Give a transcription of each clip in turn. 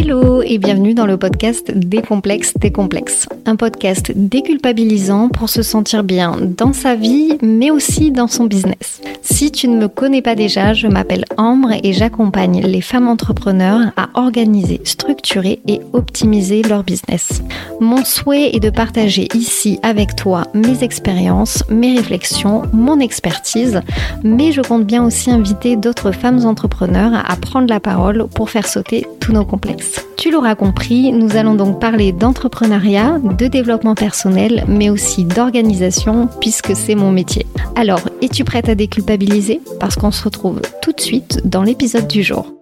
Hello et bienvenue dans le podcast Décomplexe tes complexes. Un podcast déculpabilisant pour se sentir bien dans sa vie mais aussi dans son business. Si tu ne me connais pas déjà, je m'appelle Ambre et j'accompagne les femmes entrepreneurs à organiser, structurer et optimiser leur business. Mon souhait est de partager ici avec toi mes expériences, mes réflexions, mon expertise, mais je compte bien aussi inviter d'autres femmes entrepreneurs à prendre la parole pour faire sauter tous nos complexes. Tu l'auras compris, nous allons donc parler d'entrepreneuriat, de développement personnel, mais aussi d'organisation, puisque c'est mon métier. Alors, es-tu prête à déculpabiliser ? Parce qu'on se retrouve tout de suite dans l'épisode du jour.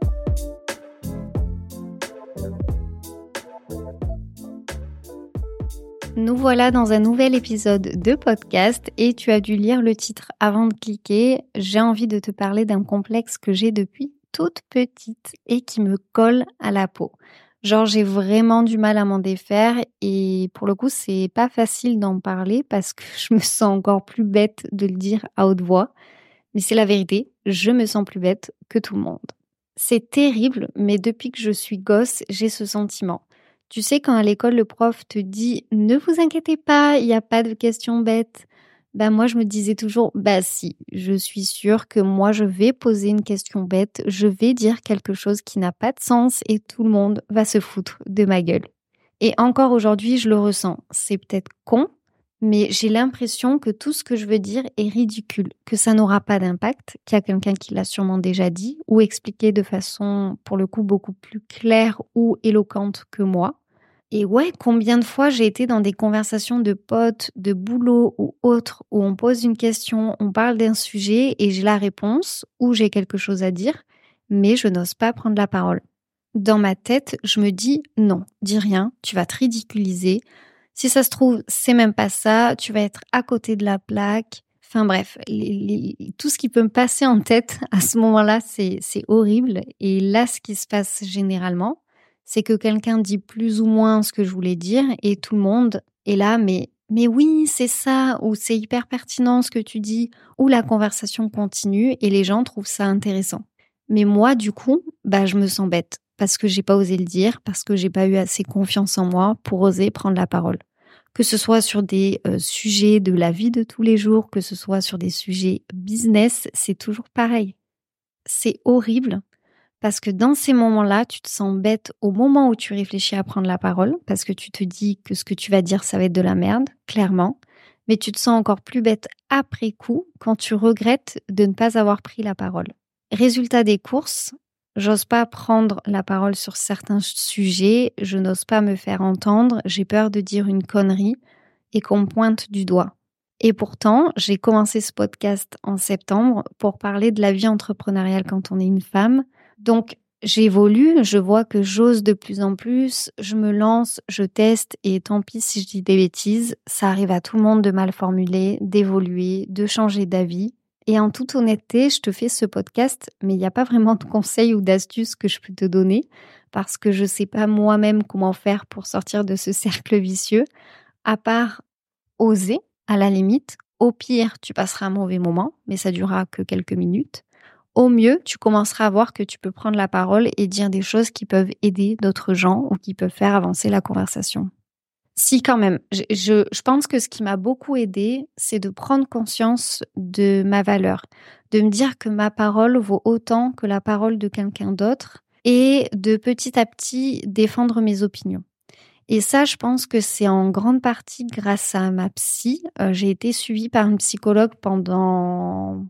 Nous voilà dans un nouvel épisode de podcast et tu as dû lire le titre avant de cliquer. J'ai envie de te parler d'un complexe que j'ai depuis toute petite et qui me colle à la peau. Genre, j'ai vraiment du mal à m'en défaire et pour le coup, c'est pas facile d'en parler parce que je me sens encore plus bête de le dire à haute voix. Mais c'est la vérité, je me sens plus bête que tout le monde. C'est terrible, mais depuis que je suis gosse, j'ai ce sentiment. Tu sais, quand à l'école, le prof te dit « Ne vous inquiétez pas, il n'y a pas de questions bêtes », moi, je me disais toujours « si, je suis sûre que moi, je vais poser une question bête, je vais dire quelque chose qui n'a pas de sens et tout le monde va se foutre de ma gueule. » Et encore aujourd'hui, je le ressens. C'est peut-être con, mais j'ai l'impression que tout ce que je veux dire est ridicule, que ça n'aura pas d'impact, qu'il y a quelqu'un qui l'a sûrement déjà dit ou expliqué de façon, pour le coup, beaucoup plus claire ou éloquente que moi. Et ouais, combien de fois j'ai été dans des conversations de potes, de boulot ou autres, où on pose une question, on parle d'un sujet et j'ai la réponse ou j'ai quelque chose à dire, mais je n'ose pas prendre la parole. Dans ma tête, je me dis non, dis rien, tu vas te ridiculiser. Si ça se trouve, c'est même pas ça, tu vas être à côté de la plaque. Enfin bref, tout ce qui peut me passer en tête à ce moment-là, c'est horrible. Et là, ce qui se passe généralement, c'est que quelqu'un dit plus ou moins ce que je voulais dire et tout le monde est là, mais oui, c'est ça, ou c'est hyper pertinent ce que tu dis, ou la conversation continue et les gens trouvent ça intéressant. Mais moi, du coup, je me sens bête parce que j'ai pas osé le dire, parce que j'ai pas eu assez confiance en moi pour oser prendre la parole. Que ce soit sur des sujets de la vie de tous les jours, que ce soit sur des sujets business, c'est toujours pareil. C'est horrible. Parce que dans ces moments-là, tu te sens bête au moment où tu réfléchis à prendre la parole, parce que tu te dis que ce que tu vas dire, ça va être de la merde, clairement. Mais tu te sens encore plus bête après coup quand tu regrettes de ne pas avoir pris la parole. Résultat des courses, j'ose pas prendre la parole sur certains sujets, je n'ose pas me faire entendre, j'ai peur de dire une connerie et qu'on me pointe du doigt. Et pourtant, j'ai commencé ce podcast en septembre pour parler de la vie entrepreneuriale quand on est une femme. Donc, j'évolue, je vois que j'ose de plus en plus, je me lance, je teste et tant pis si je dis des bêtises, ça arrive à tout le monde de mal formuler, d'évoluer, de changer d'avis. Et en toute honnêteté, je te fais ce podcast, mais il n'y a pas vraiment de conseils ou d'astuces que je peux te donner parce que je ne sais pas moi-même comment faire pour sortir de ce cercle vicieux, à part oser, à la limite. Au pire, tu passeras un mauvais moment, mais ça durera que quelques minutes. Au mieux, tu commenceras à voir que tu peux prendre la parole et dire des choses qui peuvent aider d'autres gens ou qui peuvent faire avancer la conversation. Si, quand même, je pense que ce qui m'a beaucoup aidée, c'est de prendre conscience de ma valeur, de me dire que ma parole vaut autant que la parole de quelqu'un d'autre et de petit à petit défendre mes opinions. Et ça, je pense que c'est en grande partie grâce à ma psy. J'ai été suivie par une psychologue pendant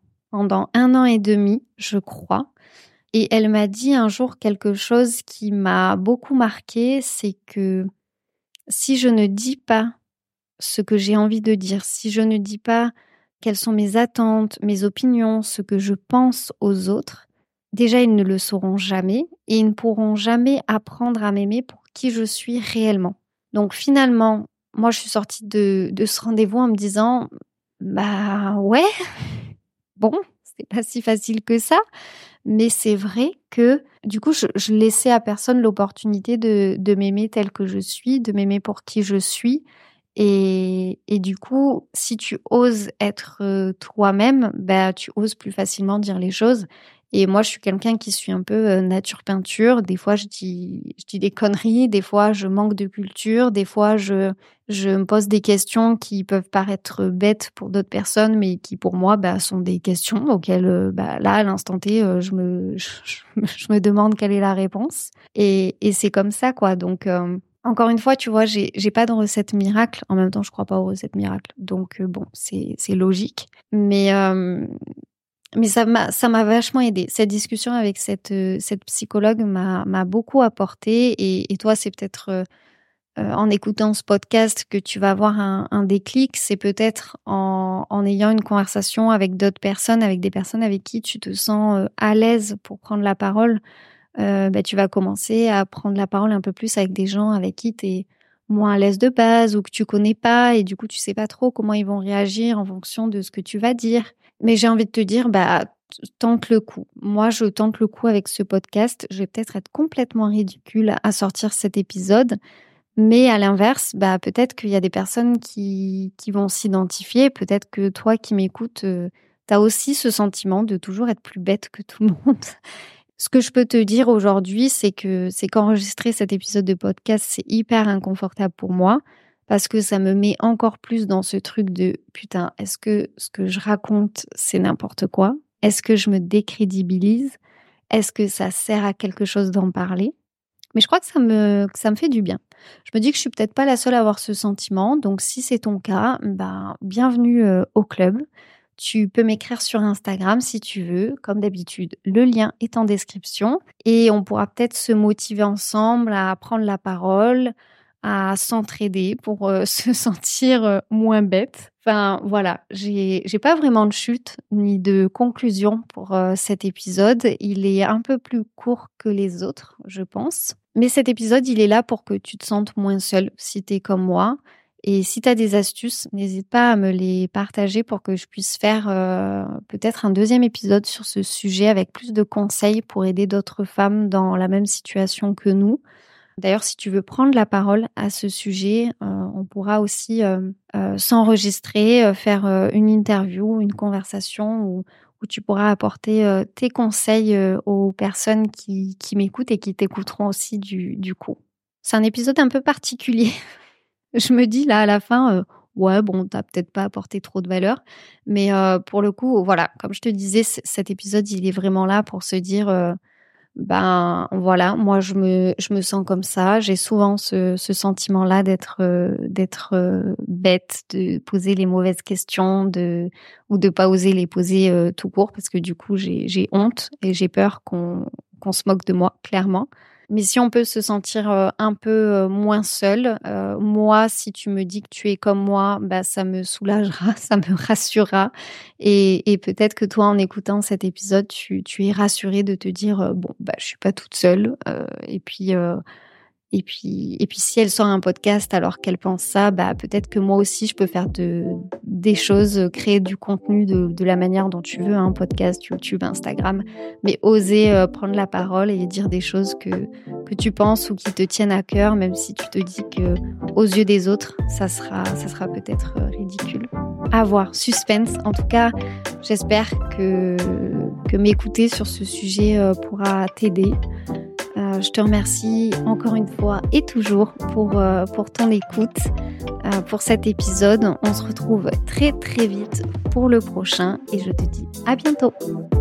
1 an et demi, je crois. Et elle m'a dit un jour quelque chose qui m'a beaucoup marquée, c'est que si je ne dis pas ce que j'ai envie de dire, si je ne dis pas quelles sont mes attentes, mes opinions, ce que je pense aux autres, déjà ils ne le sauront jamais et ils ne pourront jamais apprendre à m'aimer pour qui je suis réellement. Donc finalement, moi je suis sortie de ce rendez-vous en me disant ouais, bon, c'est pas si facile que ça, mais c'est vrai que du coup je laissais à personne l'opportunité de m'aimer telle que je suis, de m'aimer pour qui je suis. Et du coup, si tu oses être toi-même, tu oses plus facilement dire les choses Et moi, je suis quelqu'un qui suis un peu nature peinture. Des fois, je dis des conneries. Des fois, je manque de culture. Des fois, je me pose des questions qui peuvent paraître bêtes pour d'autres personnes, mais qui pour moi sont des questions auxquelles là, à l'instant T, je me demande quelle est la réponse. Et c'est comme ça, quoi. Donc, encore une fois, tu vois, j'ai pas de recette miracle. En même temps, je crois pas aux recettes miracles. Donc, bon, c'est logique. Mais ça m'a vachement aidée. Cette discussion avec cette psychologue m'a beaucoup apporté. Et toi, c'est peut-être en écoutant ce podcast que tu vas avoir un déclic. C'est peut-être en ayant une conversation avec d'autres personnes, avec des personnes avec qui tu te sens à l'aise pour prendre la parole. Tu vas commencer à prendre la parole un peu plus avec des gens avec qui tu es moins à l'aise de base ou que tu connais pas et du coup tu sais pas trop comment ils vont réagir en fonction de ce que tu vas dire. Mais j'ai envie de te dire, tente le coup. Moi, je tente le coup avec ce podcast. Je vais peut-être être complètement ridicule à sortir cet épisode, mais à l'inverse, peut-être qu'il y a des personnes qui vont s'identifier. Peut-être que toi qui m'écoutes, tu as aussi ce sentiment de toujours être plus bête que tout le monde. Ce que je peux te dire aujourd'hui, c'est qu'enregistrer cet épisode de podcast, c'est hyper inconfortable pour moi parce que ça me met encore plus dans ce truc de putain, est-ce que ce que je raconte, c'est n'importe quoi? Est-ce que je me décrédibilise? Est-ce que ça sert à quelque chose d'en parler? Mais je crois que ça me fait du bien. Je me dis que je suis peut-être pas la seule à avoir ce sentiment. Donc, si c'est ton cas, bienvenue au club. Tu peux m'écrire sur Instagram si tu veux. Comme d'habitude, le lien est en description. Et on pourra peut-être se motiver ensemble à prendre la parole, à s'entraider pour se sentir moins bête. Enfin, voilà, j'ai pas vraiment de chute ni de conclusion pour cet épisode. Il est un peu plus court que les autres, je pense. Mais cet épisode, il est là pour que tu te sentes moins seule si tu es comme moi. Et si tu as des astuces, n'hésite pas à me les partager pour que je puisse faire peut-être un deuxième épisode sur ce sujet avec plus de conseils pour aider d'autres femmes dans la même situation que nous. D'ailleurs, si tu veux prendre la parole à ce sujet, on pourra aussi s'enregistrer, faire une interview, une conversation où tu pourras apporter tes conseils aux personnes qui m'écoutent et qui t'écouteront aussi du coup. C'est un épisode un peu particulier. Je me dis là à la fin, ouais bon, t'as peut-être pas apporté trop de valeur, mais pour le coup, voilà, comme je te disais, cet épisode, il est vraiment là pour se dire, voilà, moi je me sens comme ça. J'ai souvent ce sentiment-là d'être bête, de poser les mauvaises questions, ou de pas oser les poser tout court parce que du coup j'ai honte et j'ai peur qu'on se moque de moi, clairement. Mais si on peut se sentir un peu moins seul, moi, si tu me dis que tu es comme moi, ça me soulagera, ça me rassurera. Et peut-être que toi, en écoutant cet épisode, tu es rassurée de te dire je suis pas toute seule. Et puis, si elle sort un podcast alors qu'elle pense ça, peut-être que moi aussi je peux faire des choses, créer du contenu de la manière dont tu veux, un podcast, YouTube, Instagram, mais oser prendre la parole et dire des choses que tu penses ou qui te tiennent à cœur, même si tu te dis que aux yeux des autres, ça sera peut-être ridicule. À voir, suspense. En tout cas, j'espère que m'écouter sur ce sujet pourra t'aider. Je te remercie encore une fois et toujours pour ton écoute, pour cet épisode. On se retrouve très très vite pour le prochain et je te dis à bientôt.